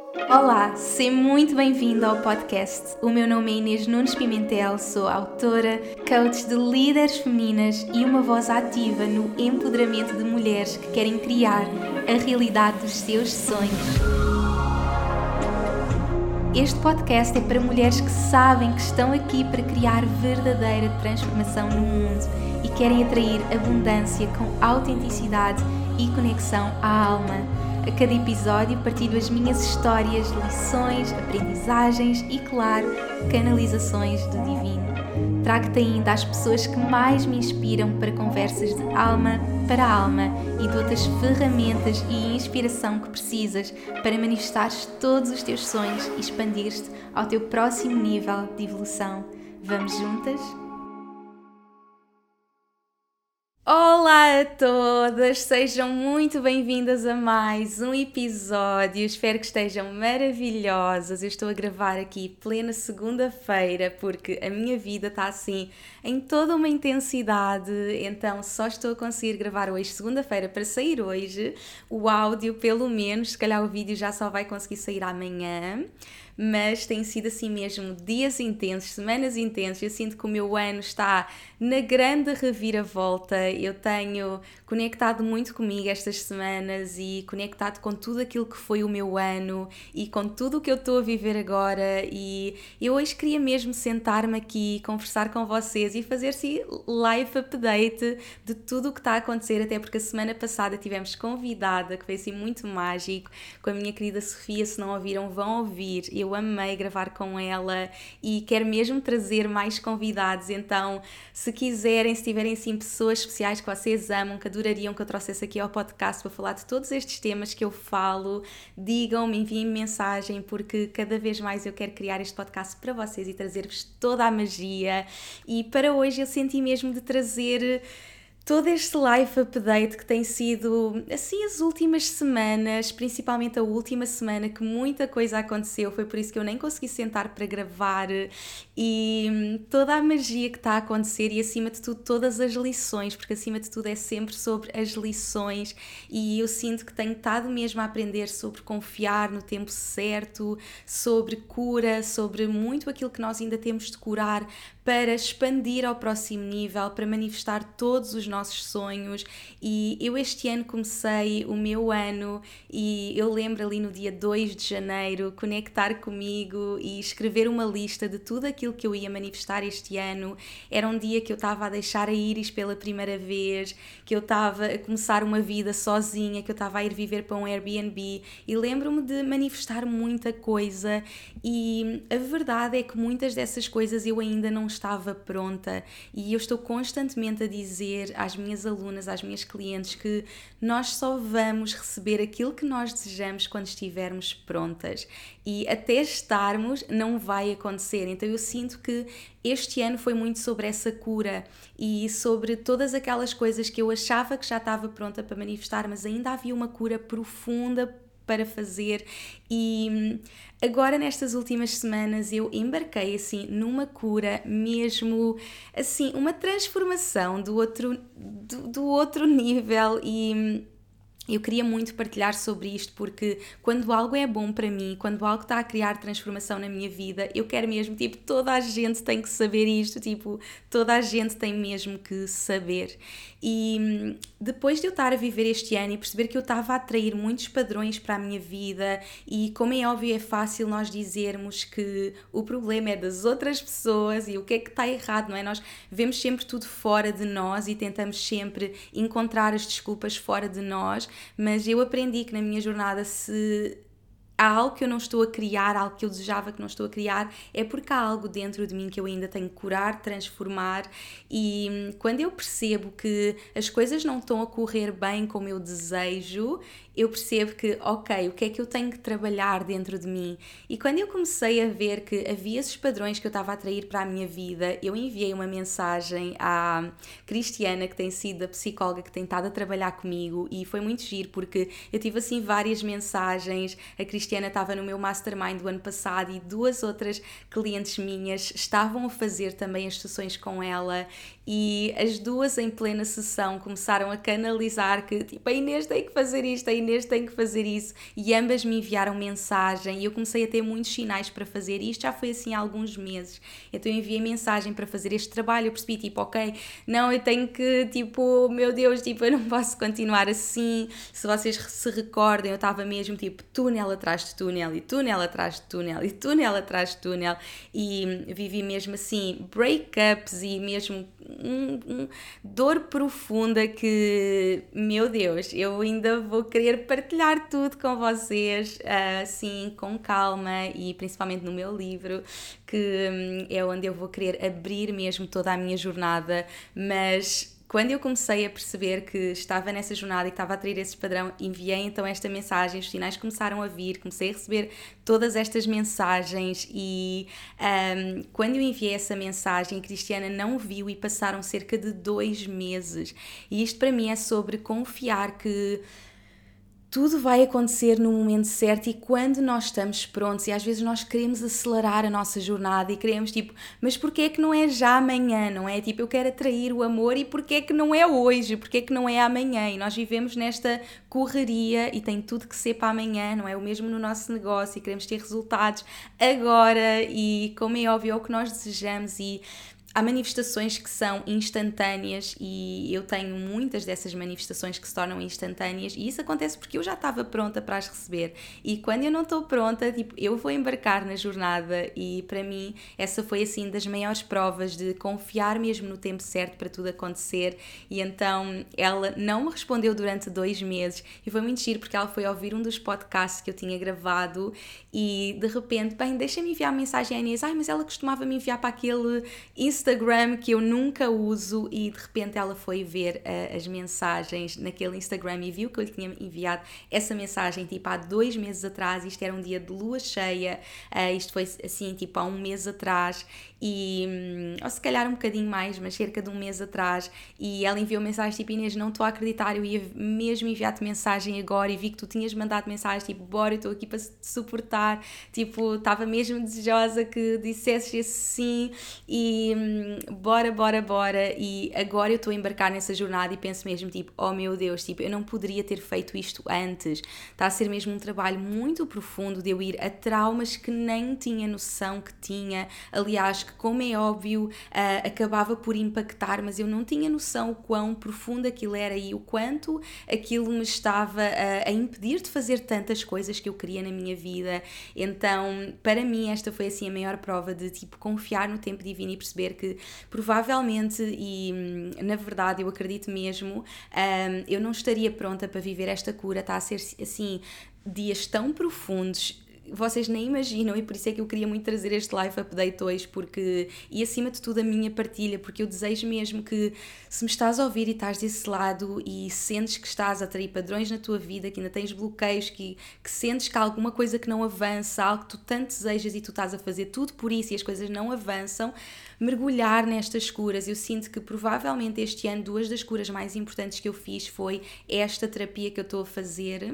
Olá, seja muito bem-vindo ao podcast. O meu nome é Inês Nunes Pimentel, sou autora, coach de líderes femininas e uma voz ativa no empoderamento de mulheres que querem criar a realidade dos seus sonhos. Este podcast é para mulheres que sabem que estão aqui para criar verdadeira transformação no mundo e querem atrair abundância com autenticidade e conexão à alma. A cada episódio partilho as minhas histórias, lições, aprendizagens e, claro, canalizações do divino. Trago-te ainda as pessoas que mais me inspiram para conversas de alma para alma e dou-te as ferramentas e inspiração que precisas para manifestares todos os teus sonhos e expandir-te ao teu próximo nível de evolução. Vamos juntas? Olá a todas, sejam muito bem-vindas a mais um episódio, espero que estejam maravilhosas. Eu estou a gravar aqui plena segunda-feira porque a minha vida está assim em toda uma intensidade, então só estou a conseguir gravar hoje, segunda-feira, para sair hoje. O áudio, pelo menos, se calhar o vídeo já só vai conseguir sair amanhã. Mas tem sido assim mesmo dias intensos, semanas intensas. Eu sinto que o meu ano está na grande reviravolta. Eu tenho conectado muito comigo estas semanas e conectado com tudo aquilo que foi o meu ano e com tudo o que eu estou a viver agora. E eu hoje queria mesmo sentar-me aqui, conversar com vocês e fazer-se live update de tudo o que está a acontecer, até porque a semana passada tivemos convidada, que foi assim muito mágico, com a minha querida Sofia. Se não ouviram, vão ouvir. Eu amei gravar com ela e quero mesmo trazer mais convidados, então se quiserem, se tiverem assim pessoas especiais que vocês amam, que adorariam que eu trouxesse aqui ao podcast para falar de todos estes temas que eu falo, digam-me, enviem-me mensagem, porque cada vez mais eu quero criar este podcast para vocês e trazer-vos toda a magia. E para hoje eu senti mesmo de trazer todo este live update que tem sido, assim, as últimas semanas, principalmente a última semana, que muita coisa aconteceu, foi por isso que eu nem consegui sentar para gravar, e toda a magia que está a acontecer e, acima de tudo, todas as lições, porque acima de tudo é sempre sobre as lições, e eu sinto que tenho estado mesmo a aprender sobre confiar no tempo certo, sobre cura, sobre muito aquilo que nós ainda temos de curar para expandir ao próximo nível, para manifestar todos os nossos sonhos. E eu este ano comecei o meu ano e eu lembro ali no dia 2 de janeiro conectar comigo e escrever uma lista de tudo aquilo que eu ia manifestar este ano. Era um dia que eu estava a deixar a Iris pela primeira vez, que eu estava a começar uma vida sozinha, que eu estava a ir viver para um Airbnb, e lembro-me de manifestar muita coisa, e a verdade é que muitas dessas coisas eu ainda não estava pronta, e eu estou constantemente a dizer às minhas alunas, às minhas clientes, que nós só vamos receber aquilo que nós desejamos quando estivermos prontas, e até estarmos não vai acontecer. Então eu sinto que este ano foi muito sobre essa cura e sobre todas aquelas coisas que eu achava que já estava pronta para manifestar, mas ainda havia uma cura profunda para fazer. E agora nestas últimas semanas eu embarquei assim numa cura mesmo, assim, uma transformação do outro nível, e eu queria muito partilhar sobre isto, porque quando algo é bom para mim, quando algo está a criar transformação na minha vida, eu quero mesmo, tipo, toda a gente tem que saber isto, tipo, toda a gente tem mesmo que saber. E depois de eu estar a viver este ano e perceber que eu estava a atrair muitos padrões para a minha vida, e como é óbvio, é fácil nós dizermos que o problema é das outras pessoas e o que é que está errado, não é? Nós vemos sempre tudo fora de nós e tentamos sempre encontrar as desculpas fora de nós, mas eu aprendi que na minha jornada, se há algo que eu não estou a criar, algo que eu desejava que não estou a criar, é porque há algo dentro de mim que eu ainda tenho que curar, transformar. E quando eu percebo que as coisas não estão a correr bem como eu desejo, eu percebo que, ok, o que é que eu tenho que trabalhar dentro de mim? E quando eu comecei a ver que havia esses padrões que eu estava a atrair para a minha vida, eu enviei uma mensagem à Cristiana, que tem sido a psicóloga que tem estado a trabalhar comigo, e foi muito giro, porque eu tive assim várias mensagens. A Cristiana Cristiana estava no meu mastermind do ano passado e 2 outras clientes minhas estavam a fazer também as sessões com ela, e as duas em plena sessão começaram a canalizar que tipo, a Inês tem que fazer isto, a Inês tem que fazer isso, e ambas me enviaram mensagem e eu comecei a ter muitos sinais para fazer, e isto já foi assim há alguns meses. Então eu enviei mensagem para fazer este trabalho, eu percebi tipo, ok, não, eu tenho que, tipo, meu Deus, tipo, eu não posso continuar assim. Se vocês se recordem, eu estava mesmo tipo túnel atrás de túnel e túnel atrás de túnel e túnel atrás de túnel, e vivi mesmo assim breakups e mesmo dor profunda que, meu Deus, eu ainda vou querer partilhar tudo com vocês, assim, com calma, e principalmente no meu livro, que é onde eu vou querer abrir mesmo toda a minha jornada. Mas quando eu comecei a perceber que estava nessa jornada e que estava a atrair esse padrão, enviei então esta mensagem, os sinais começaram a vir, comecei a receber todas estas mensagens, e quando eu enviei essa mensagem, a Cristiana não viu e passaram cerca de 2 meses. E isto para mim é sobre confiar que tudo vai acontecer no momento certo e quando nós estamos prontos. E às vezes nós queremos acelerar a nossa jornada e queremos tipo, mas porquê é que não é já amanhã, não é? Tipo, eu quero atrair o amor e porquê é que não é hoje, porquê é que não é amanhã? E nós vivemos nesta correria e tem tudo que ser para amanhã, não é? O mesmo no nosso negócio, e queremos ter resultados agora, e como é óbvio é o que nós desejamos, e há manifestações que são instantâneas e eu tenho muitas dessas manifestações que se tornam instantâneas, e isso acontece porque eu já estava pronta para as receber, e quando eu não estou pronta, tipo, eu vou embarcar na jornada. E para mim essa foi assim das maiores provas de confiar mesmo no tempo certo para tudo acontecer. E então ela não me respondeu durante 2 meses e foi muito giro porque ela foi ouvir um dos podcasts que eu tinha gravado e de repente, bem, deixa-me enviar uma mensagem à Inês, mas ela costumava me enviar para aquele Instagram que eu nunca uso, e de repente ela foi ver as mensagens naquele Instagram e viu que eu lhe tinha enviado essa mensagem tipo há 2 meses atrás. Isto era um dia de lua cheia, isto foi assim tipo há 1 mês atrás, e ou se calhar um bocadinho mais, mas cerca de 1 mês atrás, e ela enviou mensagem tipo, Inês, não estou a acreditar, eu ia mesmo enviar-te mensagem agora e vi que tu tinhas mandado mensagem tipo, bora, eu estou aqui para te suportar, tipo, estava mesmo desejosa que dissesses esse sim, e bora, bora, bora. E agora eu estou a embarcar nessa jornada e penso mesmo tipo, oh meu Deus, tipo, eu não poderia ter feito isto antes. Está a ser mesmo um trabalho muito profundo de eu ir a traumas que nem tinha noção que tinha, aliás, que como é óbvio acabava por impactar, mas eu não tinha noção o quão profundo aquilo era e o quanto aquilo me estava a impedir de fazer tantas coisas que eu queria na minha vida. Então, para mim, esta foi assim a maior prova de tipo confiar no tempo divino e perceber que provavelmente, e na verdade eu acredito mesmo, eu não estaria pronta para viver esta cura. Está a ser assim dias tão profundos, vocês nem imaginam, e por isso é que eu queria muito trazer este live update hoje, porque, e acima de tudo a minha partilha, porque eu desejo mesmo que, se me estás a ouvir e estás desse lado e sentes que estás a atrair padrões na tua vida, que ainda tens bloqueios, que sentes que há alguma coisa que não avança, algo que tu tanto desejas e tu estás a fazer tudo por isso e as coisas não avançam, mergulhar nestas curas. Eu sinto que provavelmente este ano 2 das curas mais importantes que eu fiz foi esta terapia que eu estou a fazer,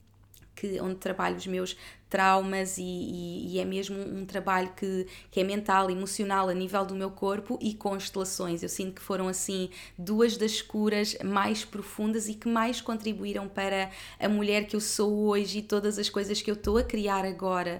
onde trabalho os meus traumas e é mesmo um trabalho que é mental, emocional, a nível do meu corpo, e constelações. Eu sinto que foram assim 2 das curas mais profundas e que mais contribuíram para a mulher que eu sou hoje e todas as coisas que eu estou a criar agora.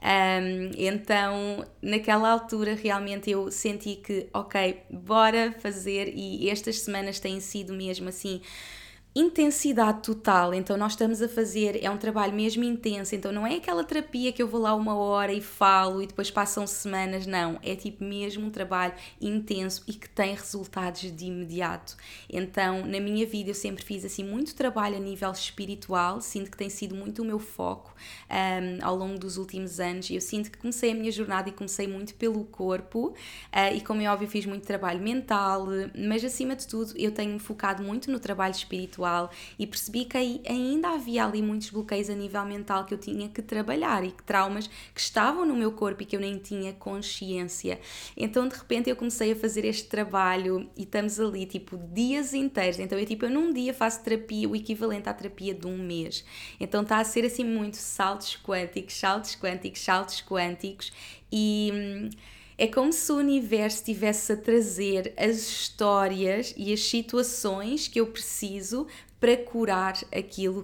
Então naquela altura realmente eu senti que ok, bora fazer, e estas semanas têm sido mesmo assim intensidade total. Então nós estamos a fazer, é um trabalho mesmo intenso, então não é aquela terapia que eu vou lá 1 hora e falo e depois passam semanas, não, é tipo mesmo um trabalho intenso e que tem resultados de imediato. Então na minha vida eu sempre fiz assim muito trabalho a nível espiritual, sinto que tem sido muito o meu foco ao longo dos últimos anos. Eu sinto que comecei a minha jornada e comecei muito pelo corpo, e como é óbvio fiz muito trabalho mental, mas acima de tudo eu tenho-me focado muito no trabalho espiritual, espiritual e percebi que ainda havia ali muitos bloqueios a nível mental que eu tinha que trabalhar e que traumas que estavam no meu corpo e que eu nem tinha consciência. Então de repente eu comecei a fazer este trabalho e estamos ali tipo dias inteiros, então eu num dia faço terapia, o equivalente à terapia de um mês, então está a ser assim muito saltos quânticos, saltos quânticos, saltos quânticos e é como se o universo estivesse a trazer as histórias e as situações que eu preciso para curar aquilo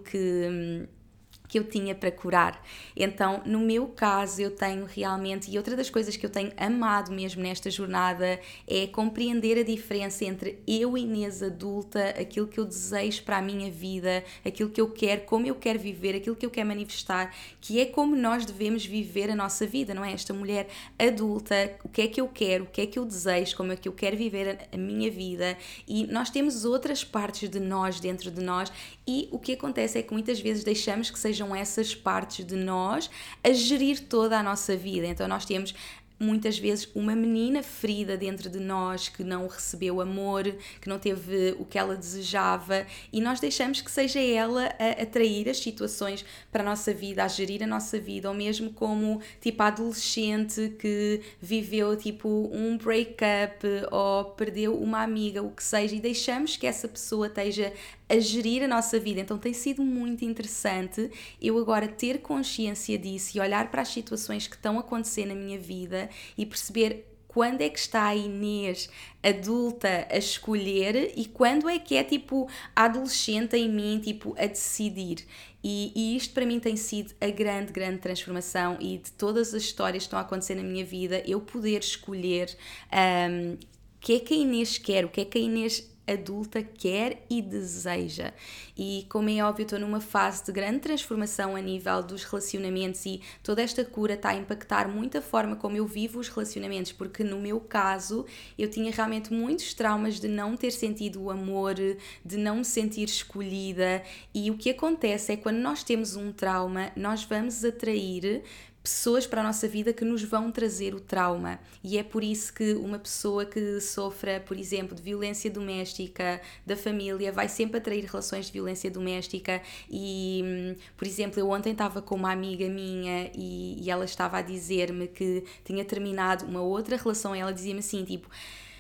que eu tinha para curar. Então, no meu caso, eu tenho realmente, e outra das coisas que eu tenho amado mesmo nesta jornada é compreender a diferença entre eu, Inês adulta, aquilo que eu desejo para a minha vida, aquilo que eu quero, como eu quero viver, aquilo que eu quero manifestar, que é como nós devemos viver a nossa vida, não é? Esta mulher adulta, o que é que eu quero, o que é que eu desejo, como é que eu quero viver a minha vida, e nós temos outras partes de nós dentro de nós, e o que acontece é que muitas vezes deixamos que sejam essas partes de nós a gerir toda a nossa vida. Então nós temos muitas vezes uma menina ferida dentro de nós que não recebeu amor, que não teve o que ela desejava e nós deixamos que seja ela a atrair as situações para a nossa vida, a gerir a nossa vida, ou mesmo como tipo a adolescente que viveu tipo um break-up ou perdeu uma amiga, o que seja, e deixamos que essa pessoa esteja a gerir a nossa vida. Então tem sido muito interessante eu agora ter consciência disso e olhar para as situações que estão a acontecer na minha vida e perceber quando é que está a Inês adulta a escolher e quando é que é tipo a adolescente em mim tipo a decidir. E isto para mim tem sido a grande transformação, e de todas as histórias que estão a acontecer na minha vida, eu poder escolher o que é que a Inês quer, o que é que a Inês adulta quer e deseja. E como é óbvio, estou numa fase de grande transformação a nível dos relacionamentos e toda esta cura está a impactar muito a forma como eu vivo os relacionamentos, porque no meu caso eu tinha realmente muitos traumas de não ter sentido o amor, de não me sentir escolhida, e o que acontece é que quando nós temos um trauma, nós vamos atrair pessoas para a nossa vida que nos vão trazer o trauma, e é por isso que uma pessoa que sofra, por exemplo, de violência doméstica da família vai sempre atrair relações de violência doméstica. E, por exemplo, eu ontem estava com uma amiga minha e ela estava a dizer-me que tinha terminado uma outra relação, e ela dizia-me assim, tipo,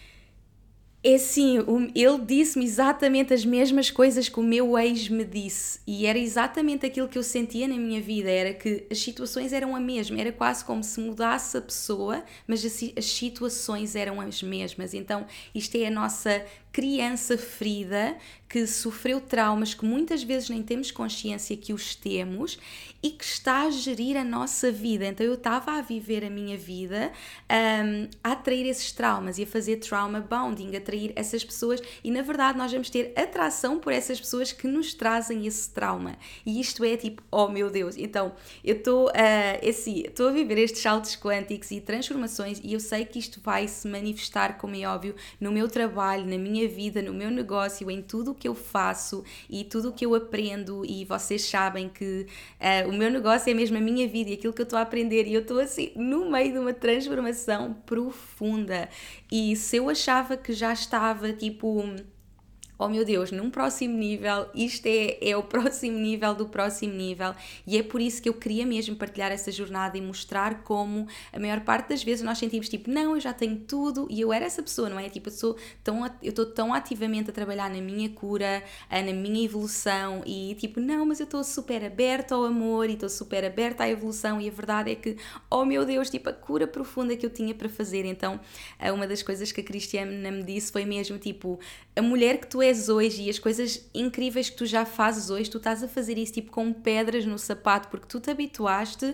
é assim, ele disse-me exatamente as mesmas coisas que o meu ex me disse, e era exatamente aquilo que eu sentia na minha vida, era que as situações eram a mesma, era quase como se mudasse a pessoa, mas as situações eram as mesmas. Então isto é a nossa criança ferida que sofreu traumas que muitas vezes nem temos consciência que os temos e que está a gerir a nossa vida. Então eu estava a viver a minha vida a atrair esses traumas e a fazer trauma bonding, a atrair essas pessoas, e na verdade nós vamos ter atração por essas pessoas que nos trazem esse trauma, e isto é tipo, oh meu Deus. Então eu estou a viver estes saltos quânticos e transformações, e eu sei que isto vai se manifestar, como é óbvio, no meu trabalho, na minha vida, no meu negócio, em tudo o que eu faço e tudo o que eu aprendo. E vocês sabem que o meu negócio é mesmo a minha vida e aquilo que eu estou a aprender, e eu estou assim no meio de uma transformação profunda. E se eu achava que já estava tipo, oh meu Deus, num próximo nível, isto é o próximo nível do próximo nível, e é por isso que eu queria mesmo partilhar essa jornada e mostrar como a maior parte das vezes nós sentimos tipo, não, eu já tenho tudo, e eu era essa pessoa, não é? Tipo, eu estou tão ativamente a trabalhar na minha cura, na minha evolução, e tipo, não, mas eu estou super aberta ao amor e estou super aberta à evolução, e a verdade é que, oh meu Deus, tipo, a cura profunda que eu tinha para fazer. Então, uma das coisas que a Cristiana me disse foi mesmo tipo, a mulher que tu és hoje e as coisas incríveis que tu já fazes hoje, tu estás a fazer isso tipo com pedras no sapato, porque tu te habituaste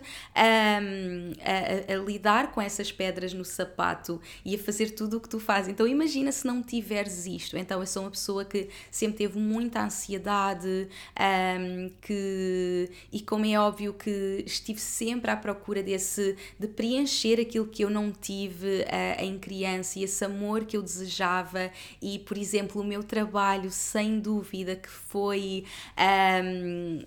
a lidar com essas pedras no sapato e a fazer tudo o que tu fazes. Então imagina se não tiveres isto. Então eu sou uma pessoa que sempre teve muita ansiedade, e como é óbvio que estive sempre à procura de preencher aquilo que eu não tive em criança, e esse amor que eu desejava. E por exemplo, o meu trabalho, sem dúvida, que foi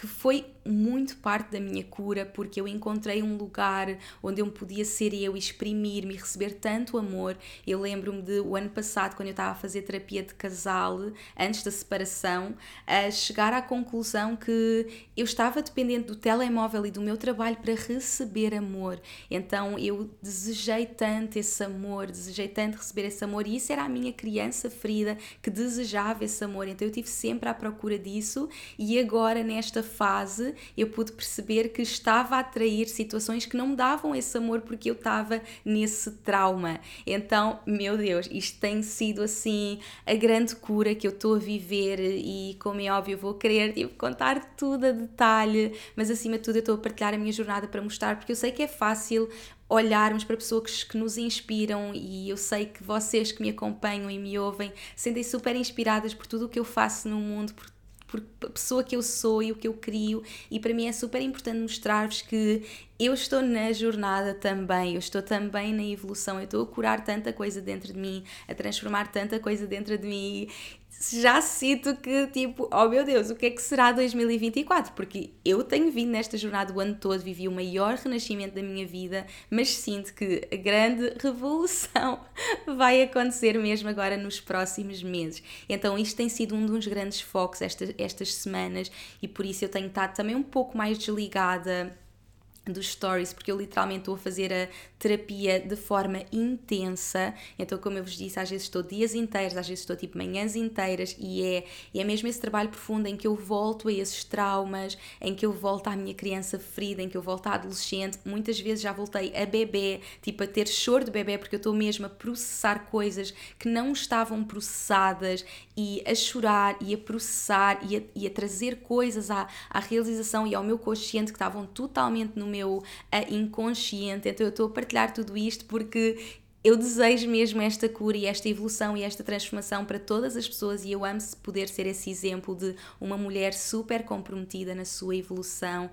que foi muito parte da minha cura, porque eu encontrei um lugar onde eu podia ser eu, exprimir-me e receber tanto amor. Eu lembro-me de o ano passado, quando eu estava a fazer terapia de casal, antes da separação, a chegar à conclusão que eu estava dependente do telemóvel e do meu trabalho para receber amor. Então eu desejei tanto esse amor, desejei tanto receber esse amor, e isso era a minha criança ferida que desejava esse amor. Então eu estive sempre à procura disso, e agora nesta fase eu pude perceber que estava a atrair situações que não me davam esse amor porque eu estava nesse trauma. Então, meu Deus, isto tem sido assim a grande cura que eu estou a viver, e como é óbvio eu vou querer contar tudo a detalhe, mas acima de tudo eu estou a partilhar a minha jornada para mostrar, porque eu sei que é fácil olharmos para pessoas que nos inspiram, e eu sei que vocês que me acompanham e me ouvem sentem super inspiradas por tudo o que eu faço no mundo, por a pessoa que eu sou e o que eu crio, e para mim é super importante mostrar-vos que eu estou na jornada também, eu estou também na evolução, eu estou a curar tanta coisa dentro de mim, a transformar tanta coisa dentro de mim. Já sinto que oh meu Deus, o que é que será 2024? Porque eu tenho vindo nesta jornada o ano todo, vivi o maior renascimento da minha vida, mas sinto que a grande revolução vai acontecer mesmo agora nos próximos meses. Então isto tem sido um dos grandes focos estas semanas, e por isso eu tenho estado também um pouco mais desligada dos stories, porque eu literalmente estou a fazer a terapia de forma intensa. Então, como eu vos disse, às vezes estou dias inteiros, às vezes estou manhãs inteiras, e é mesmo esse trabalho profundo em que eu volto a esses traumas, em que eu volto à minha criança ferida, em que eu volto à adolescente. Muitas vezes já voltei a bebê, a ter choro de bebê, porque eu estou mesmo a processar coisas que não estavam processadas, e a chorar e a processar e a trazer coisas à realização e ao meu consciente que estavam totalmente no meu inconsciente. Então eu estou a partilhar tudo isto porque eu desejo mesmo esta cura e esta evolução e esta transformação para todas as pessoas, e eu amo poder ser esse exemplo de uma mulher super comprometida na sua evolução,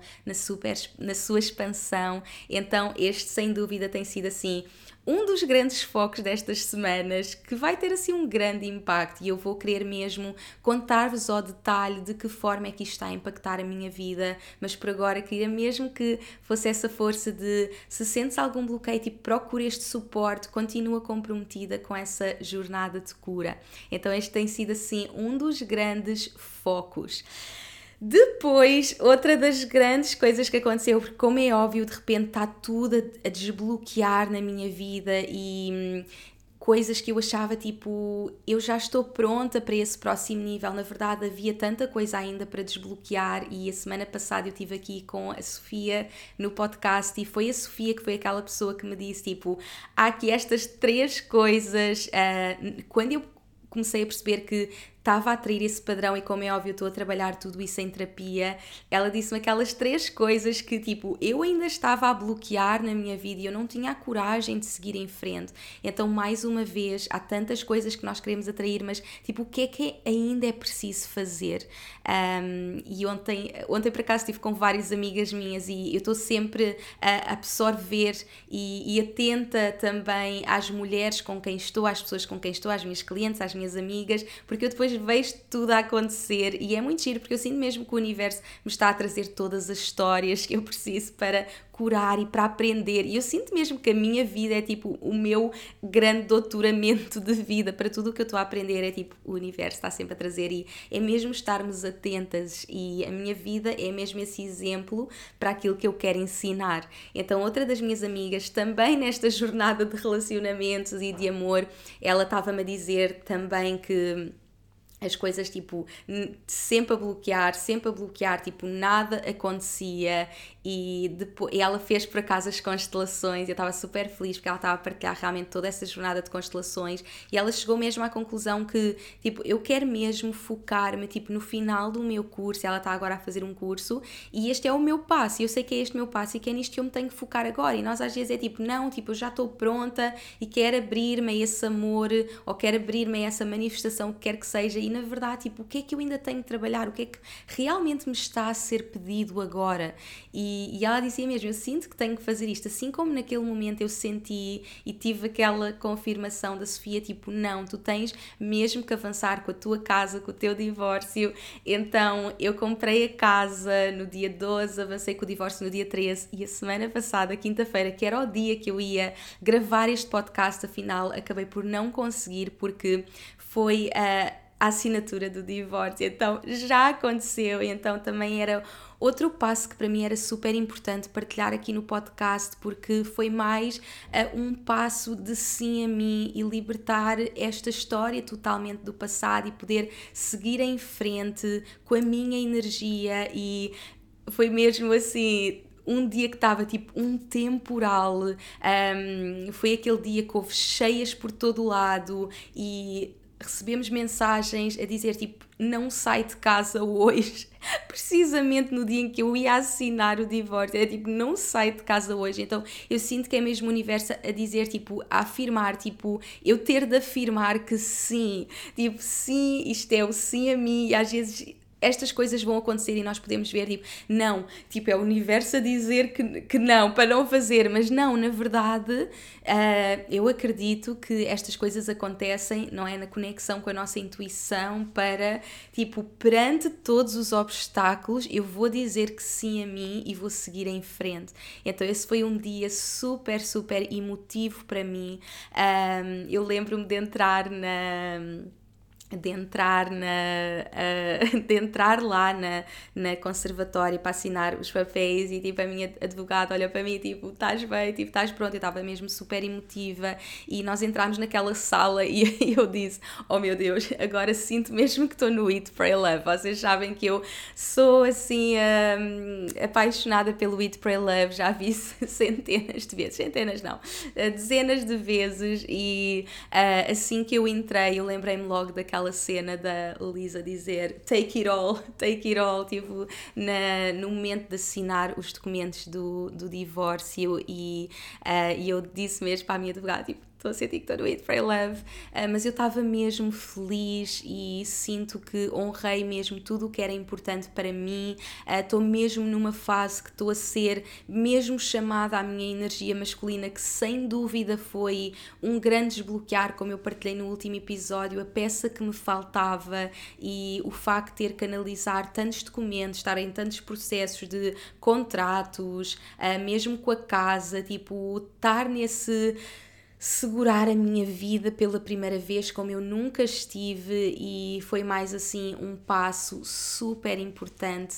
na sua expansão. Então este sem dúvida tem sido assim um dos grandes focos destas semanas, que vai ter assim um grande impacto, e eu vou querer mesmo contar-vos ao detalhe de que forma é que isto está a impactar a minha vida. Mas por agora queria mesmo que fosse essa força de, se sentes algum bloqueio, procura este suporte, continua comprometida com essa jornada de cura. Então este tem sido assim um dos grandes focos. Depois, outra das grandes coisas que aconteceu, porque como é óbvio, de repente está tudo a desbloquear na minha vida, e coisas que eu achava eu já estou pronta para esse próximo nível. Na verdade havia tanta coisa ainda para desbloquear, e a semana passada eu estive aqui com a Sofia no podcast, e foi a Sofia que foi aquela pessoa que me disse há aqui estas 3 coisas, quando eu comecei a perceber que estava a atrair esse padrão, e como é óbvio eu estou a trabalhar tudo isso em terapia, ela disse-me aquelas 3 coisas que eu ainda estava a bloquear na minha vida e eu não tinha a coragem de seguir em frente. Então mais uma vez, há tantas coisas que nós queremos atrair, mas o que ainda é preciso fazer? E ontem por acaso estive com várias amigas minhas, e eu estou sempre a absorver e atenta também às mulheres com quem estou, às pessoas com quem estou, às minhas clientes, às minhas amigas, porque eu depois vejo tudo a acontecer, e é muito giro, porque eu sinto mesmo que o universo me está a trazer todas as histórias que eu preciso para curar e para aprender, e eu sinto mesmo que a minha vida é o meu grande doutoramento de vida. Para tudo o que eu estou a aprender é o universo está sempre a trazer, e é mesmo estarmos atentas, e a minha vida é mesmo esse exemplo para aquilo que eu quero ensinar. Então outra das minhas amigas, também nesta jornada de relacionamentos e de amor, ela estava-me a dizer também que as coisas sempre a bloquear, nada acontecia, e depois ela fez por acaso as constelações, eu estava super feliz porque ela estava a partilhar realmente toda essa jornada de constelações, e ela chegou mesmo à conclusão que eu quero mesmo focar-me no final do meu curso. Ela está agora a fazer um curso, e este é o meu passo, e eu sei que é este o meu passo, e que é nisto que eu me tenho que focar agora. E nós às vezes não, eu já estou pronta e quero abrir-me a esse amor, ou quero abrir-me a essa manifestação, o que quer que seja, e na verdade, tipo, o que é que eu ainda tenho de trabalhar, o que é que realmente me está a ser pedido agora. E ela dizia mesmo, eu sinto que tenho que fazer isto, assim como naquele momento eu senti e tive aquela confirmação da Sofia, tipo, não, tu tens mesmo que avançar com a tua casa, com o teu divórcio. Então eu comprei a casa no dia 12, avancei com o divórcio no dia 13 e a semana passada, quinta-feira, que era o dia que eu ia gravar este podcast, afinal acabei por não conseguir porque foi a assinatura do divórcio, então já aconteceu, então também era outro passo que para mim era super importante partilhar aqui no podcast, porque foi mais um passo de sim a mim e libertar esta história totalmente do passado e poder seguir em frente com a minha energia. E foi mesmo assim, um dia que estava tipo um temporal, foi aquele dia que houve cheias por todo o lado e recebemos mensagens a dizer tipo, não sai de casa hoje, precisamente no dia em que eu ia assinar o divórcio, é tipo, não sai de casa hoje. Então eu sinto que é mesmo o universo a dizer, tipo, a afirmar, tipo, eu ter de afirmar que sim, tipo, sim, isto é o sim a mim. E às vezes estas coisas vão acontecer e nós podemos ver, tipo, não, tipo, é o universo a dizer que não, para não fazer, mas não, na verdade, eu acredito que estas coisas acontecem, não é, na conexão com a nossa intuição para, tipo, perante todos os obstáculos, eu vou dizer que sim a mim e vou seguir em frente. Então esse foi um dia super, super emotivo para mim. Eu lembro-me de entrar lá na conservatória para assinar os papéis e tipo a minha advogada olhou para mim tipo, estás bem, tipo, estás pronta, eu estava mesmo super emotiva e nós entramos naquela sala e eu disse, oh meu Deus, agora sinto mesmo que estou no Eat, Pray, Love. Vocês sabem que eu sou assim apaixonada pelo Eat, Pray, Love, já vi centenas de vezes, centenas não, dezenas de vezes e assim que eu entrei eu lembrei-me logo daquela cena da Lisa dizer take it all, tipo, no momento de assinar os documentos do divórcio e eu disse mesmo para a minha advogada, tipo, estou a sentir que estou no Eat, Pray, Love, mas eu estava mesmo feliz e sinto que honrei mesmo tudo o que era importante para mim. Estou mesmo numa fase que estou a ser mesmo chamada à minha energia masculina, que sem dúvida foi um grande desbloquear, como eu partilhei no último episódio, a peça que me faltava e o facto de ter que analisar tantos documentos, estar em tantos processos de contratos, mesmo com a casa, tipo, estar nesse segurar a minha vida pela primeira vez como eu nunca estive e foi mais assim um passo super importante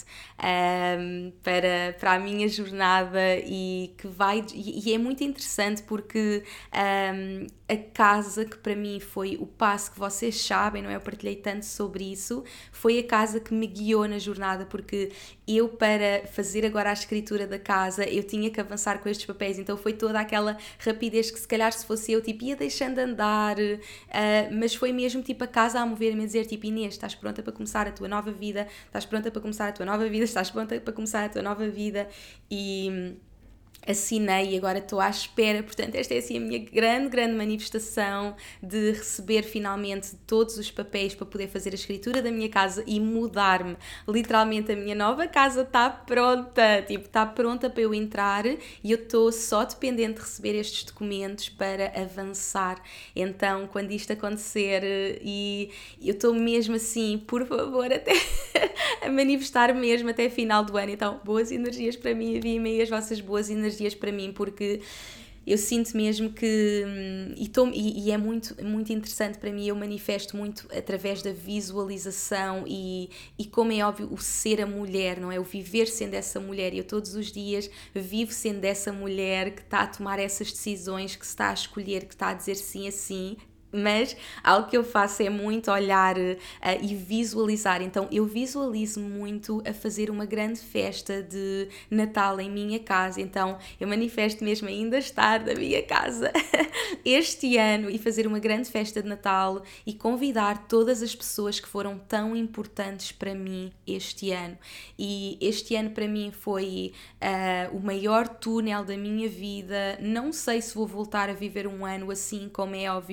para a minha jornada e que vai e é muito interessante porque a casa que para mim foi o passo que vocês sabem, não é? Eu partilhei tanto sobre isso, foi a casa que me guiou na jornada, porque eu para fazer agora a escritura da casa eu tinha que avançar com estes papéis, então foi toda aquela rapidez que se calhar se fosse eu tipo ia deixando andar, mas foi mesmo tipo a casa a mover-me a dizer tipo, Inês, estás pronta para começar a tua nova vida, estás pronta para começar a tua nova vida, estás pronta para começar a tua nova vida e assinei e agora estou à espera. Portanto, esta é assim a minha grande manifestação de receber finalmente todos os papéis para poder fazer a escritura da minha casa e mudar-me. Literalmente a minha nova casa está pronta, tipo, está pronta para eu entrar e eu estou só dependente de receber estes documentos para avançar. Então, quando isto acontecer e eu estou mesmo assim, por favor, até a manifestar mesmo até final do ano. Então, boas energias para mim, enviem-me as vossas boas energias para mim, porque eu sinto mesmo que e é muito interessante para mim, eu manifesto muito através da visualização e como é óbvio, o ser a mulher, não é? O viver sendo essa mulher, e eu todos os dias vivo sendo essa mulher que está a tomar essas decisões, que se está a escolher, que está a dizer sim assim. Mas algo que eu faço é muito olhar e visualizar. Então eu visualizo muito a fazer uma grande festa de Natal em minha casa. Então eu manifesto mesmo ainda estar na minha casa este ano e fazer uma grande festa de Natal e convidar todas as pessoas que foram tão importantes para mim este ano. E este ano para mim foi o maior túnel da minha vida. Não sei se vou voltar a viver um ano assim, como é óbvio, por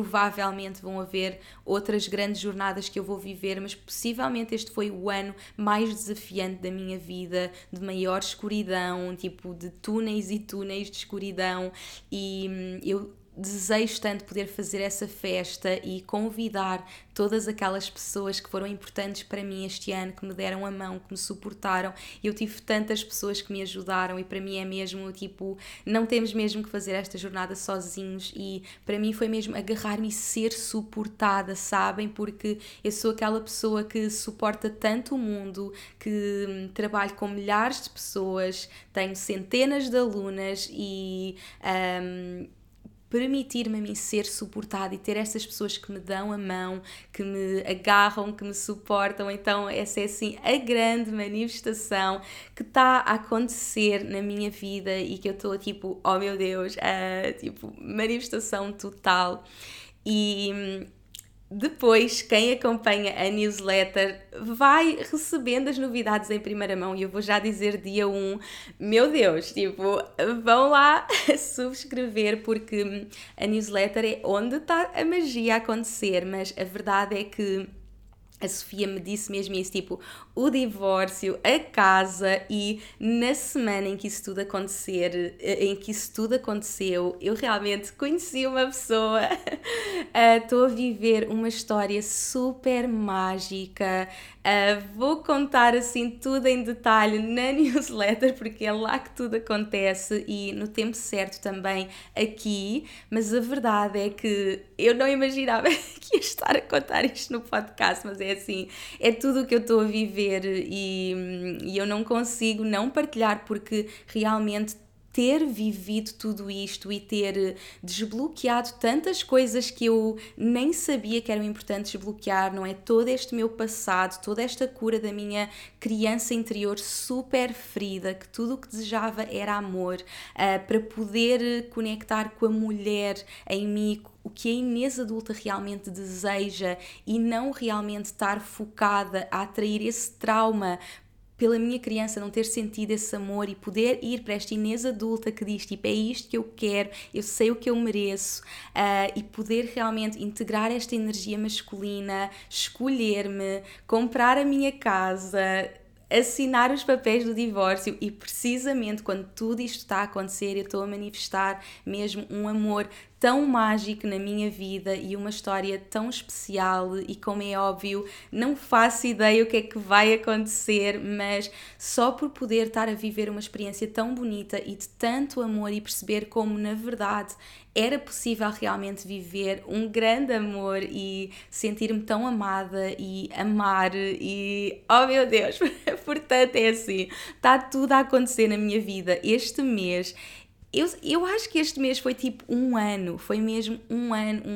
provavelmente vão haver outras grandes jornadas que eu vou viver, mas possivelmente este foi o ano mais desafiante da minha vida, de maior escuridão, tipo de túneis e túneis de escuridão, e eu desejo tanto poder fazer essa festa e convidar todas aquelas pessoas que foram importantes para mim este ano, que me deram a mão, que me suportaram. Eu tive tantas pessoas que me ajudaram e para mim é mesmo tipo, não temos mesmo que fazer esta jornada sozinhos, e para mim foi mesmo agarrar-me e ser suportada, sabem? Porque eu sou aquela pessoa que suporta tanto o mundo, que trabalho com milhares de pessoas, tenho centenas de alunas e permitir-me a mim ser suportada e ter estas pessoas que me dão a mão, que me agarram, que me suportam. Então essa é assim a grande manifestação que está a acontecer na minha vida e que eu estou tipo, oh meu Deus, tipo, manifestação total. E depois, quem acompanha a newsletter vai recebendo as novidades em primeira mão, e eu vou já dizer dia 1, meu Deus, tipo, vão lá subscrever, porque a newsletter é onde está a magia a acontecer, mas a verdade é que a Sofia me disse mesmo isso, tipo, o divórcio, a casa, e na semana em que isso tudo aconteceu, eu realmente conheci uma pessoa, estou a viver uma história super mágica, vou contar assim tudo em detalhe na newsletter, porque é lá que tudo acontece e no tempo certo também aqui, mas a verdade é que eu não imaginava que ia estar a contar isto no podcast, mas é assim, é tudo o que eu estou a viver e eu não consigo não partilhar, porque realmente ter vivido tudo isto e ter desbloqueado tantas coisas que eu nem sabia que eram importantes desbloquear, não é? Todo este meu passado, toda esta cura da minha criança interior super ferida, que tudo o que desejava era amor, para poder conectar com a mulher em mim, o que a Inês adulta realmente deseja, e não realmente estar focada a atrair esse trauma pela minha criança não ter sentido esse amor, e poder ir para esta Inês adulta que diz tipo, é isto que eu quero, eu sei o que eu mereço, e poder realmente integrar esta energia masculina, escolher-me, comprar a minha casa, assinar os papéis do divórcio, e precisamente quando tudo isto está a acontecer, eu estou a manifestar mesmo um amor tão mágico na minha vida e uma história tão especial, e como é óbvio, não faço ideia o que é que vai acontecer, mas só por poder estar a viver uma experiência tão bonita e de tanto amor, e perceber como na verdade era possível realmente viver um grande amor e sentir-me tão amada e amar, e oh meu Deus, portanto é assim, está tudo a acontecer na minha vida este mês. Eu acho que este mês foi tipo um ano, foi mesmo um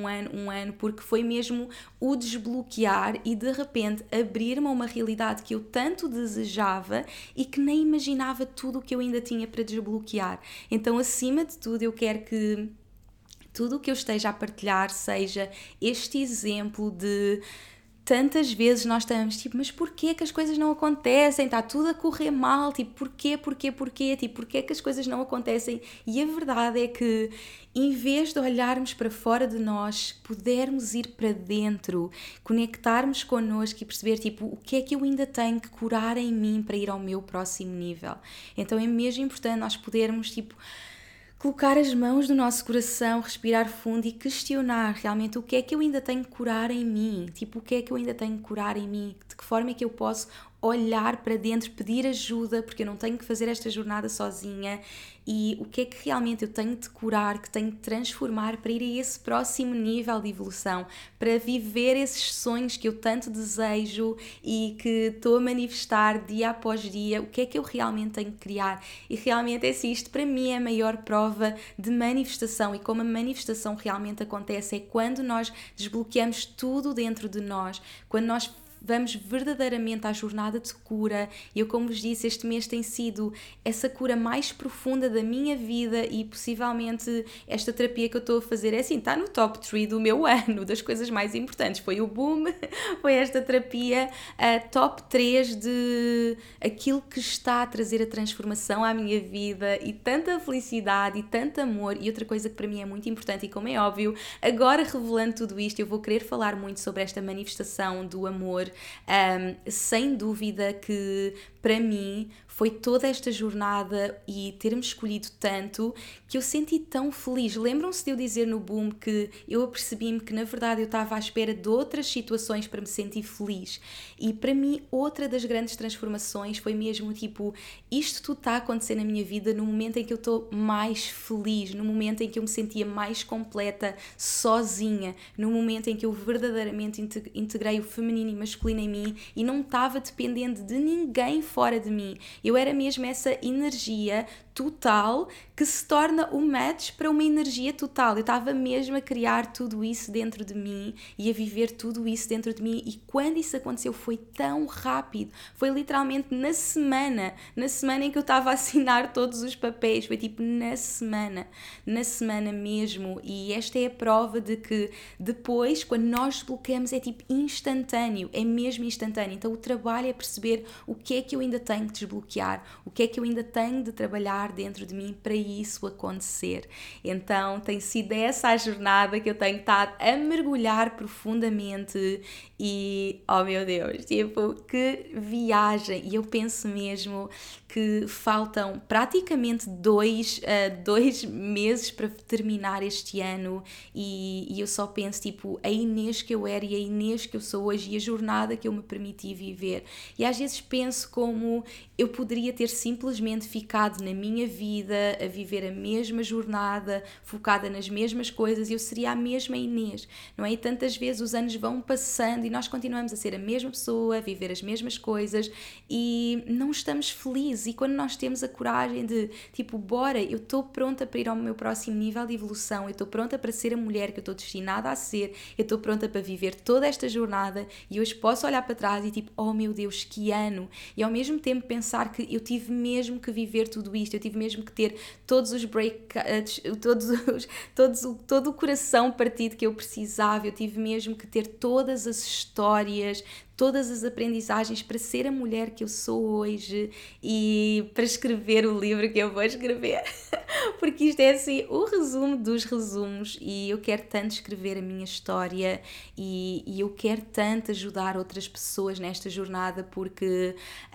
ano, porque foi mesmo o desbloquear e de repente abrir-me a uma realidade que eu tanto desejava e que nem imaginava tudo o que eu ainda tinha para desbloquear. Então, acima de tudo, eu quero que tudo o que eu esteja a partilhar seja este exemplo de tantas vezes nós estamos tipo, mas porquê que as coisas não acontecem? Está tudo a correr mal, tipo, porquê? Tipo, porquê que as coisas não acontecem? E a verdade é que, em vez de olharmos para fora de nós, pudermos ir para dentro, conectarmos connosco e perceber, tipo, o que é que eu ainda tenho que curar em mim para ir ao meu próximo nível. Então é mesmo importante nós podermos, tipo, colocar as mãos no nosso coração, respirar fundo e questionar realmente o que é que eu ainda tenho que curar em mim. Tipo, o que é que eu ainda tenho que curar em mim? De que forma é que eu posso olhar para dentro, pedir ajuda, porque eu não tenho que fazer esta jornada sozinha, e o que é que realmente eu tenho de curar, que tenho de transformar para ir a esse próximo nível de evolução, para viver esses sonhos que eu tanto desejo e que estou a manifestar dia após dia. O que é que eu realmente tenho de criar? E realmente é assim, isto para mim é a maior prova de manifestação, e como a manifestação realmente acontece é quando nós desbloqueamos tudo dentro de nós, quando nós vamos verdadeiramente à jornada de cura. E eu, como vos disse, este mês tem sido essa cura mais profunda da minha vida e possivelmente esta terapia que eu estou a fazer é assim, está no top 3 do meu ano, das coisas mais importantes. Foi o boom, foi esta terapia, top 3 de aquilo que está a trazer a transformação à minha vida e tanta felicidade e tanto amor. E outra coisa que para mim é muito importante e como é óbvio, agora revelando tudo isto, eu vou querer falar muito sobre esta manifestação do amor. Sem dúvida que para mim foi toda esta jornada e termos escolhido tanto que eu senti tão feliz. Lembram-se de eu dizer no boom que eu apercebi-me que na verdade eu estava à espera de outras situações para me sentir feliz, e para mim outra das grandes transformações foi mesmo tipo, isto tudo está a acontecer na minha vida no momento em que eu estou mais feliz, no momento em que eu me sentia mais completa, sozinha, no momento em que eu verdadeiramente integrei o feminino e masculino em mim e não estava dependente de ninguém fora de mim. Eu era mesmo essa energia total que se torna o match para uma energia total. Eu estava mesmo a criar tudo isso dentro de mim e a viver tudo isso dentro de mim, e quando isso aconteceu foi tão rápido, foi literalmente na semana em que eu estava a assinar todos os papéis, foi tipo na semana mesmo. E esta é a prova de que depois, quando nós desbloqueamos, é tipo instantâneo, é mesmo instantâneo. Então o trabalho é perceber o que é que eu ainda tenho de desbloquear, o que é que eu ainda tenho de trabalhar dentro de mim para isso acontecer. Então tem sido essa a jornada que eu tenho estado a mergulhar profundamente e, oh meu Deus, tipo, que viagem! E eu penso mesmo que faltam praticamente dois meses para terminar este ano e eu só penso, tipo, a Inês que eu era e a Inês que eu sou hoje e a jornada que eu me permiti viver. E às vezes penso como eu poderia ter simplesmente ficado na minha vida a viver a mesma jornada, focada nas mesmas coisas, e eu seria a mesma Inês, não é? E tantas vezes os anos vão passando e nós continuamos a ser a mesma pessoa, a viver as mesmas coisas e não estamos felizes. E quando nós temos a coragem de, tipo, bora, eu estou pronta para ir ao meu próximo nível de evolução, eu estou pronta para ser a mulher que eu estou destinada a ser, eu estou pronta para viver toda esta jornada, e hoje posso olhar para trás e tipo, oh meu Deus, que ano! E ao mesmo tempo pensar que eu tive mesmo que viver tudo isto, eu tive mesmo que ter todos os breakouts, todo o coração partido que eu precisava, eu tive mesmo que ter todas as histórias, todas as aprendizagens para ser a mulher que eu sou hoje e para escrever o livro que eu vou escrever. Porque isto é assim o resumo dos resumos, e eu quero tanto escrever a minha história e eu quero tanto ajudar outras pessoas nesta jornada, porque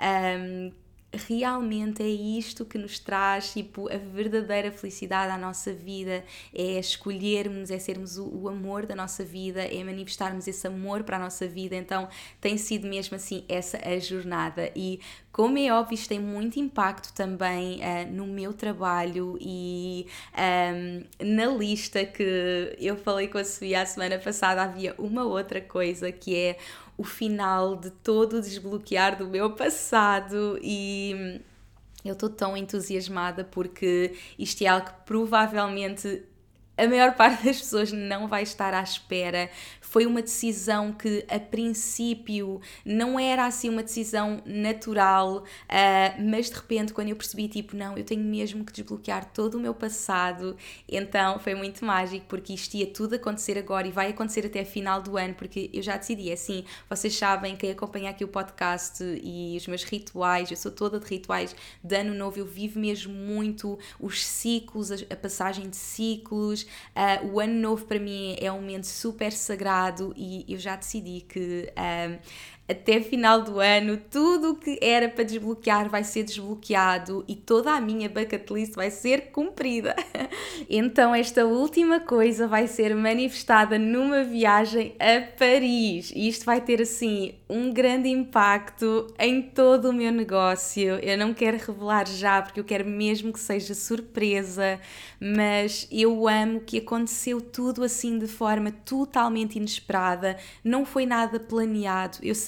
realmente é isto que nos traz, tipo, a verdadeira felicidade à nossa vida, é escolhermos, é sermos o amor da nossa vida, é manifestarmos esse amor para a nossa vida. Então tem sido mesmo assim essa a jornada, e como é óbvio isto tem muito impacto também no meu trabalho e na lista que eu falei com a Sofia a semana passada. Havia uma outra coisa que é o final de todo o desbloquear do meu passado, e eu estou tão entusiasmada porque isto é algo que provavelmente a maior parte das pessoas não vai estar à espera. Foi uma decisão que a princípio não era assim uma decisão natural, mas de repente quando eu percebi, tipo, não, eu tenho mesmo que desbloquear todo o meu passado, então foi muito mágico, porque isto ia tudo acontecer agora e vai acontecer até a final do ano, porque eu já decidi, é assim, vocês sabem, quem acompanha aqui o podcast e os meus rituais, eu sou toda de rituais de ano novo, eu vivo mesmo muito os ciclos, a passagem de ciclos. O ano novo para mim é um momento super sagrado e eu já decidi que até final do ano tudo o que era para desbloquear vai ser desbloqueado e toda a minha bucket list vai ser cumprida. Então esta última coisa vai ser manifestada numa viagem a Paris, e isto vai ter assim um grande impacto em todo o meu negócio. Eu não quero revelar já porque eu quero mesmo que seja surpresa, mas eu amo que aconteceu tudo assim de forma totalmente inesperada, não foi nada planeado. Eu sabia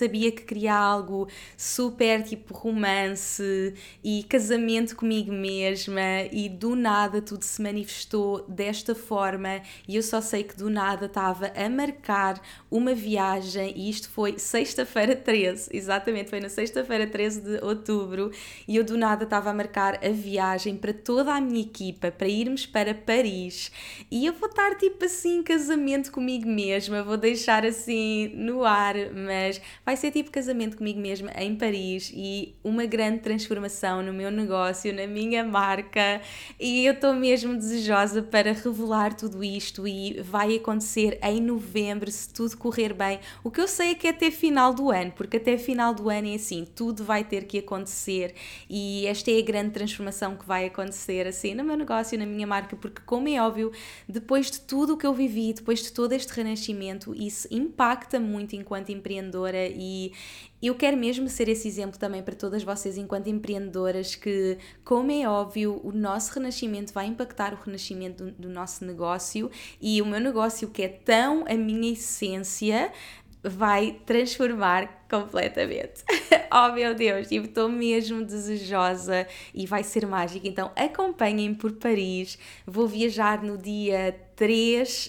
sabia que queria algo super tipo romance e casamento comigo mesma, e do nada tudo se manifestou desta forma, e eu só sei que do nada estava a marcar uma viagem, e isto foi sexta-feira 13, exatamente, foi na sexta-feira 13 de outubro, e eu do nada estava a marcar a viagem para toda a minha equipa, para irmos para Paris, e eu vou estar tipo assim, casamento comigo mesma, vou deixar assim no ar, mas vai ser tipo casamento comigo mesma em Paris, e uma grande transformação no meu negócio, na minha marca, e eu estou mesmo desejosa para revelar tudo isto, e vai acontecer em novembro, se tudo correr bem. O que eu sei é que é até final do ano, porque até final do ano é assim, tudo vai ter que acontecer, e esta é a grande transformação que vai acontecer assim no meu negócio, na minha marca, porque como é óbvio, depois de tudo o que eu vivi, depois de todo este renascimento, isso impacta muito enquanto empreendedora, e eu quero mesmo ser esse exemplo também para todas vocês enquanto empreendedoras, que, como é óbvio, o nosso renascimento vai impactar o renascimento do nosso negócio, e o meu negócio, que é tão a minha essência, vai transformar completamente. Oh meu Deus, tipo, estou mesmo desejosa e vai ser mágico. Então acompanhem por Paris. Vou viajar no dia 3,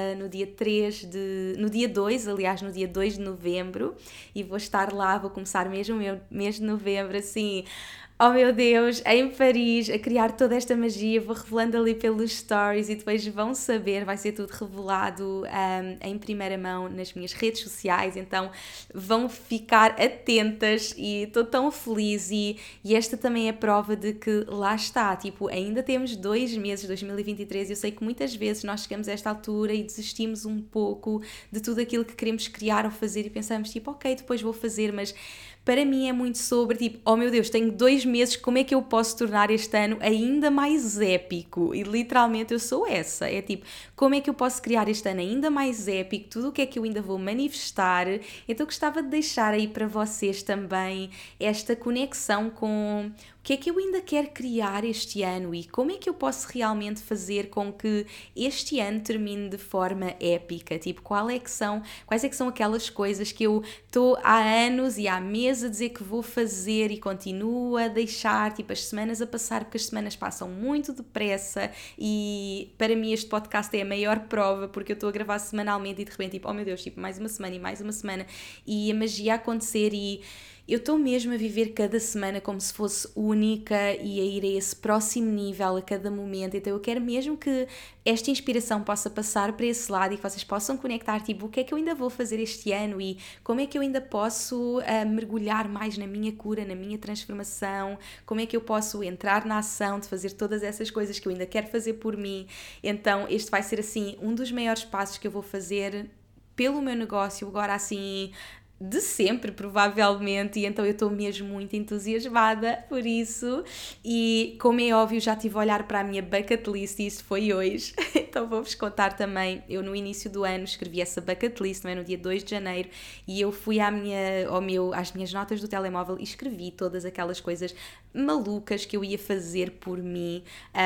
no dia 2, aliás, no dia 2 de novembro, e vou estar lá, vou começar mesmo o meu mês de novembro, assim, oh meu Deus, em Paris, a criar toda esta magia, vou revelando ali pelos stories, e depois vão saber, vai ser tudo revelado em primeira mão nas minhas redes sociais, então vão ficar atentas, e estou tão feliz, e esta também é a prova de que lá está, tipo, ainda temos 2 meses, 2023, e eu sei que muitas vezes nós chegamos a esta altura e desistimos um pouco de tudo aquilo que queremos criar ou fazer, e pensamos tipo, ok, depois vou fazer, mas para mim é muito sobre tipo, oh meu Deus, tenho 2 meses, como é que eu posso tornar este ano ainda mais épico? E literalmente eu sou essa, é tipo, como é que eu posso criar este ano ainda mais épico, tudo o que é que eu ainda vou manifestar. Então gostava de deixar aí para vocês também esta conexão com o que é que eu ainda quero criar este ano, e como é que eu posso realmente fazer com que este ano termine de forma épica, tipo, quais é que são aquelas coisas que eu estou há anos e há meses a dizer que vou fazer, e continuo a deixar, tipo, as semanas a passar, porque as semanas passam muito depressa, e para mim este podcast é a maior prova, porque eu estou a gravar semanalmente e de repente, tipo, oh meu Deus, tipo, mais uma semana e mais uma semana, e a magia a acontecer, e eu estou mesmo a viver cada semana como se fosse única, e a ir a esse próximo nível a cada momento. Então eu quero mesmo que esta inspiração possa passar para esse lado, e que vocês possam conectar, tipo, o que é que eu ainda vou fazer este ano, e como é que eu ainda posso mergulhar mais na minha cura, na minha transformação, como é que eu posso entrar na ação de fazer todas essas coisas que eu ainda quero fazer por mim. Então este vai ser assim um dos maiores passos que eu vou fazer pelo meu negócio, agora assim de sempre, provavelmente, e então eu estou mesmo muito entusiasmada por isso. E como é óbvio, já estive a olhar para a minha bucket list, e isso foi hoje, então vou-vos contar também. Eu no início do ano escrevi essa bucket list, não é? No dia 2 de janeiro, e eu fui às minhas notas do telemóvel e escrevi todas aquelas coisas malucas que eu ia fazer por mim,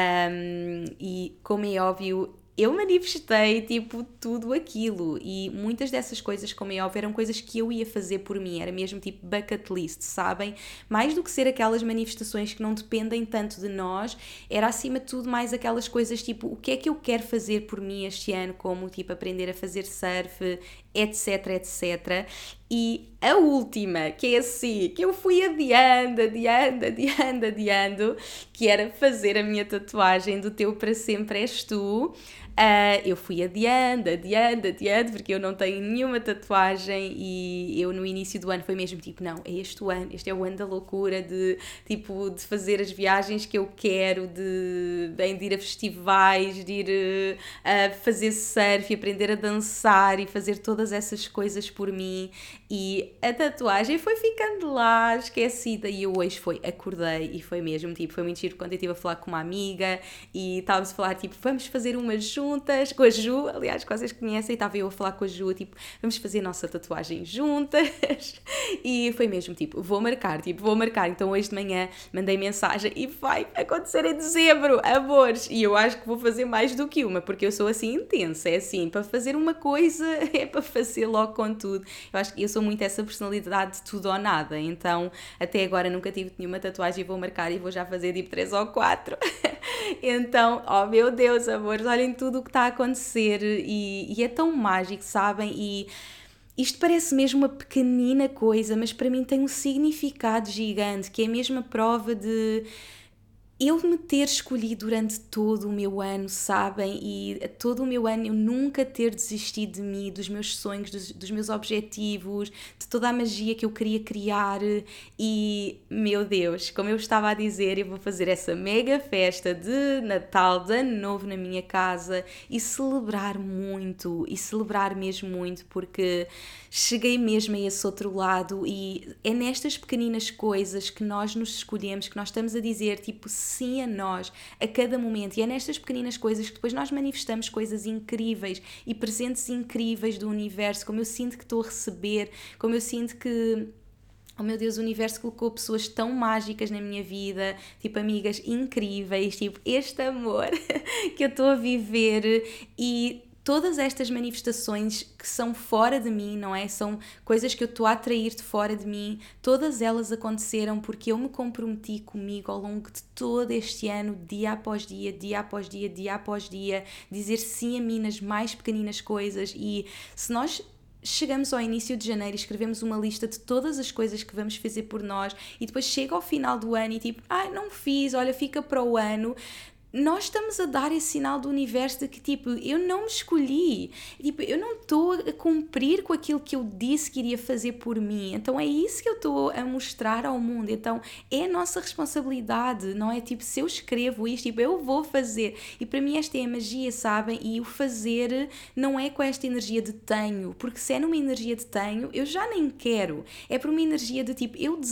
e como é óbvio, eu manifestei, tipo, tudo aquilo, e muitas dessas coisas, como é óbvio, eram coisas que eu ia fazer por mim, era mesmo tipo bucket list, sabem? Mais do que ser aquelas manifestações que não dependem tanto de nós, era acima de tudo mais aquelas coisas tipo, o que é que eu quero fazer por mim este ano, como tipo aprender a fazer surf, etc, etc. E a última, que é assim, que eu fui adiando, que era fazer a minha tatuagem do Teu para Sempre És Tu. Eu fui adiando, porque eu não tenho nenhuma tatuagem, e eu no início do ano foi mesmo tipo, não, é este o ano, este é o ano da loucura, de tipo, de fazer as viagens que eu quero, de ir a festivais, de ir a fazer surf, aprender a dançar e fazer todas essas coisas por mim, e a tatuagem foi ficando lá, esquecida, e eu hoje acordei e foi mesmo, tipo, foi muito giro quando eu estive a falar com uma amiga, e estávamos a falar, tipo, vamos fazer uma juntas, juntas, com a Ju, aliás, que vocês conhecem, estava eu a falar com a Ju, tipo, vamos fazer a nossa tatuagem juntas, e foi mesmo, tipo, vou marcar, então hoje de manhã mandei mensagem e vai acontecer em dezembro, amores, e eu acho que vou fazer mais do que uma, porque eu sou assim intensa, é assim, para fazer uma coisa é para fazer logo com tudo, eu acho que eu sou muito essa personalidade de tudo ou nada, então até agora nunca tive nenhuma tatuagem e vou marcar e vou já fazer tipo 3 ou 4. Então, oh meu Deus, amores, olhem tudo o que está a acontecer e é tão mágico, sabem? E isto parece mesmo uma pequenina coisa, mas para mim tem um significado gigante, que é mesmo a prova de eu me ter escolhido durante todo o meu ano, sabem? E todo o meu ano eu nunca ter desistido de mim, dos meus sonhos, dos meus objetivos, de toda a magia que eu queria criar. E, meu Deus, como eu estava a dizer, eu vou fazer essa mega festa de Natal, de Ano Novo na minha casa e celebrar muito, e celebrar mesmo muito, porque cheguei mesmo a esse outro lado e é nestas pequeninas coisas que nós nos escolhemos, que nós estamos a dizer, tipo, sim a nós, a cada momento. E é nestas pequeninas coisas que depois nós manifestamos coisas incríveis e presentes incríveis do universo, como eu sinto que estou a receber, como eu sinto que... Oh meu Deus, o universo colocou pessoas tão mágicas na minha vida, tipo amigas incríveis, tipo este amor que eu estou a viver e todas estas manifestações que são fora de mim, não é? São coisas que eu estou a atrair de fora de mim, todas elas aconteceram porque eu me comprometi comigo ao longo de todo este ano, dia após dia, dia após dia, dia após dia, dizer sim a mim nas mais pequeninas coisas e se nós chegamos ao início de janeiro e escrevemos uma lista de todas as coisas que vamos fazer por nós e depois chega ao final do ano e tipo, não fiz, olha, fica para o ano. Nós estamos a dar esse sinal do universo de que, tipo, eu não me escolhi, tipo, eu não estou a cumprir com aquilo que eu disse que iria fazer por mim, então é isso que eu estou a mostrar ao mundo, então é a nossa responsabilidade, não é? Tipo, se eu escrevo isto, tipo, eu vou fazer, e para mim esta é a magia, sabem? E o fazer não é com esta energia de tenho, porque se é numa energia de tenho, eu já nem quero, é por uma energia de, tipo, eu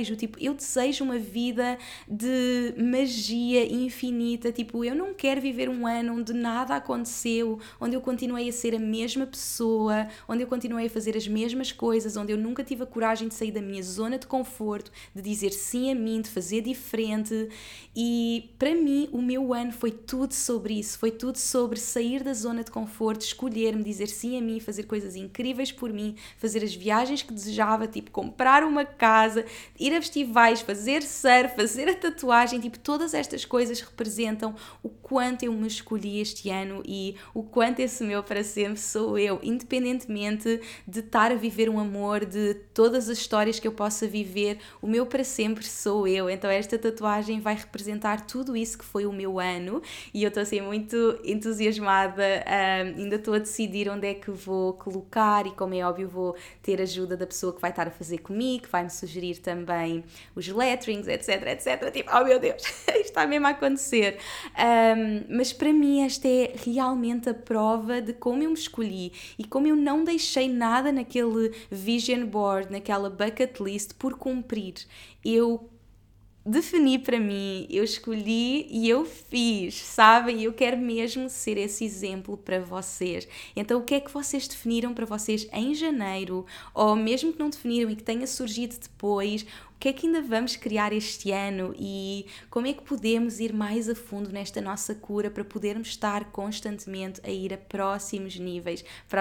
desejo uma vida de magia infinita. Tipo, eu não quero viver um ano onde nada aconteceu, onde eu continuei a ser a mesma pessoa, onde eu continuei a fazer as mesmas coisas, onde eu nunca tive a coragem de sair da minha zona de conforto, de dizer sim a mim, de fazer diferente. E para mim, o meu ano foi tudo sobre isso, foi tudo sobre sair da zona de conforto, escolher-me, dizer sim a mim, fazer coisas incríveis por mim, fazer as viagens que desejava, tipo, comprar uma casa, ir a festivais, fazer surf, fazer a tatuagem, tipo, todas estas coisas representam o quanto eu me escolhi este ano e o quanto esse meu para sempre sou eu, independentemente de estar a viver um amor, de todas as histórias que eu possa viver, o meu para sempre sou eu. Então esta tatuagem vai representar tudo isso que foi o meu ano e eu estou assim muito entusiasmada, ainda estou a decidir onde é que vou colocar e, como é óbvio, vou ter ajuda da pessoa que vai estar a fazer comigo, que vai me sugerir também os letterings, etc. Tipo, oh meu Deus, isto está mesmo a acontecer. Mas para mim esta é realmente a prova de como eu me escolhi e como eu não deixei nada naquele vision board, naquela bucket list por cumprir. Eu defini para mim, eu escolhi e eu fiz, sabem? Eu quero mesmo ser esse exemplo para vocês. Então, o que é que vocês definiram para vocês em janeiro? Ou mesmo que não definiram e que tenha surgido depois, o que é que ainda vamos criar este ano e como é que podemos ir mais a fundo nesta nossa cura para podermos estar constantemente a ir a próximos níveis.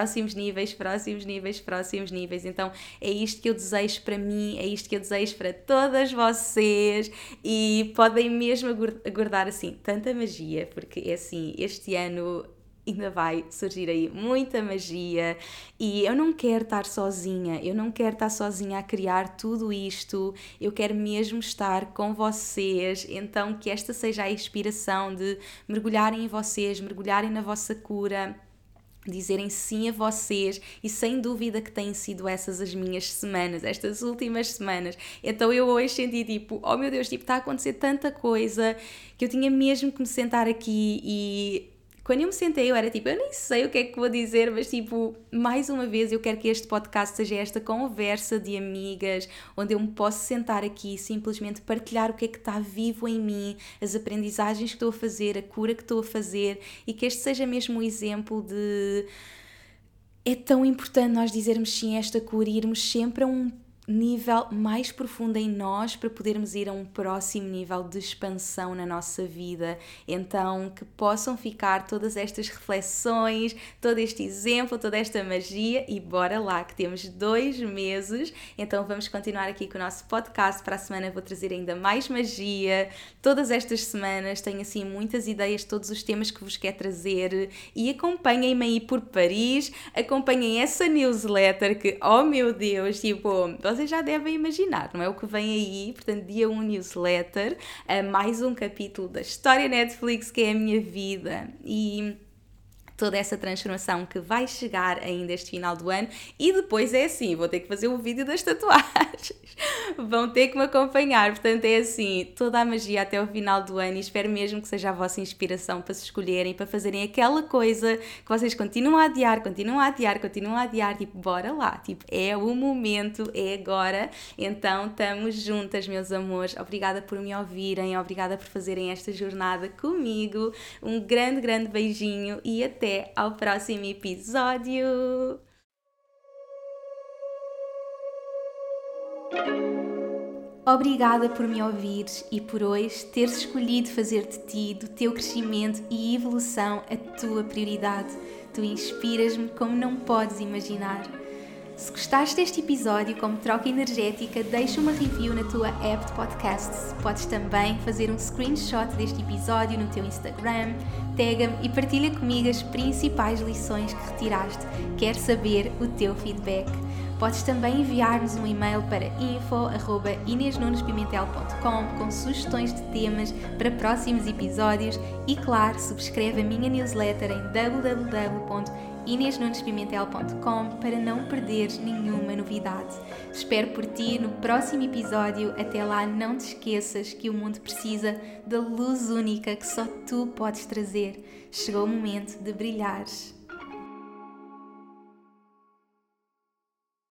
Então é isto que eu desejo para mim, é isto que eu desejo para todas vocês e podem mesmo aguardar assim tanta magia, porque é assim, este ano ainda vai surgir aí muita magia e eu não quero estar sozinha, a criar tudo isto, eu quero mesmo estar com vocês, então que esta seja a inspiração de mergulharem em vocês, mergulharem na vossa cura, dizerem sim a vocês e sem dúvida que têm sido essas as minhas semanas, estas últimas semanas. Então eu hoje senti tipo, oh meu Deus, tipo, está a acontecer tanta coisa que eu tinha mesmo que me sentar aqui e quando eu me sentei, eu era tipo, eu nem sei o que é que vou dizer, mas tipo, mais uma vez eu quero que este podcast seja esta conversa de amigas, onde eu me posso sentar aqui e simplesmente partilhar o que é que está vivo em mim, as aprendizagens que estou a fazer, a cura que estou a fazer, e que este seja mesmo um exemplo de... É tão importante nós dizermos sim a esta cura e irmos sempre a um nível mais profundo em nós para podermos ir a um próximo nível de expansão na nossa vida. Então, que possam ficar todas estas reflexões, todo este exemplo, toda esta magia, e bora lá, que temos 2 meses, então vamos continuar aqui com o nosso podcast. Para a semana vou trazer ainda mais magia. Todas estas semanas tenho assim muitas ideias de todos os temas que vos quero trazer, e acompanhem-me aí por Paris, acompanhem essa newsletter que, oh meu Deus, tipo, vocês já devem imaginar, não é? O que vem aí, portanto, dia 1 newsletter, mais um capítulo da história Netflix, que é a minha vida, e toda essa transformação que vai chegar ainda este final do ano. E depois é assim, vou ter que fazer o vídeo das tatuagens, vão ter que me acompanhar, portanto é assim, toda a magia até o final do ano, e espero mesmo que seja a vossa inspiração para se escolherem, para fazerem aquela coisa que vocês continuam a adiar, tipo, bora lá, tipo, é o momento, é agora. Então estamos juntas, meus amores, obrigada por me ouvirem, obrigada por fazerem esta jornada comigo, um grande, grande beijinho e até ao próximo episódio! Obrigada por me ouvires e por hoje teres escolhido fazer de ti, do teu crescimento e evolução, a tua prioridade. Tu inspiras-me como não podes imaginar. Se gostaste deste episódio como troca energética, deixa uma review na tua app de podcasts. Podes também fazer um screenshot deste episódio no teu Instagram, tag-me e partilha comigo as principais lições que retiraste. Quero saber o teu feedback. Podes também enviar-nos um e-mail para info@inesnunespimentel.com com sugestões de temas para próximos episódios e, claro, subscreve a minha newsletter em www.inesnunespimentel.com para não perderes nenhuma novidade. Espero por ti no próximo episódio. Até lá, não te esqueças que o mundo precisa da luz única que só tu podes trazer. Chegou o momento de brilhares.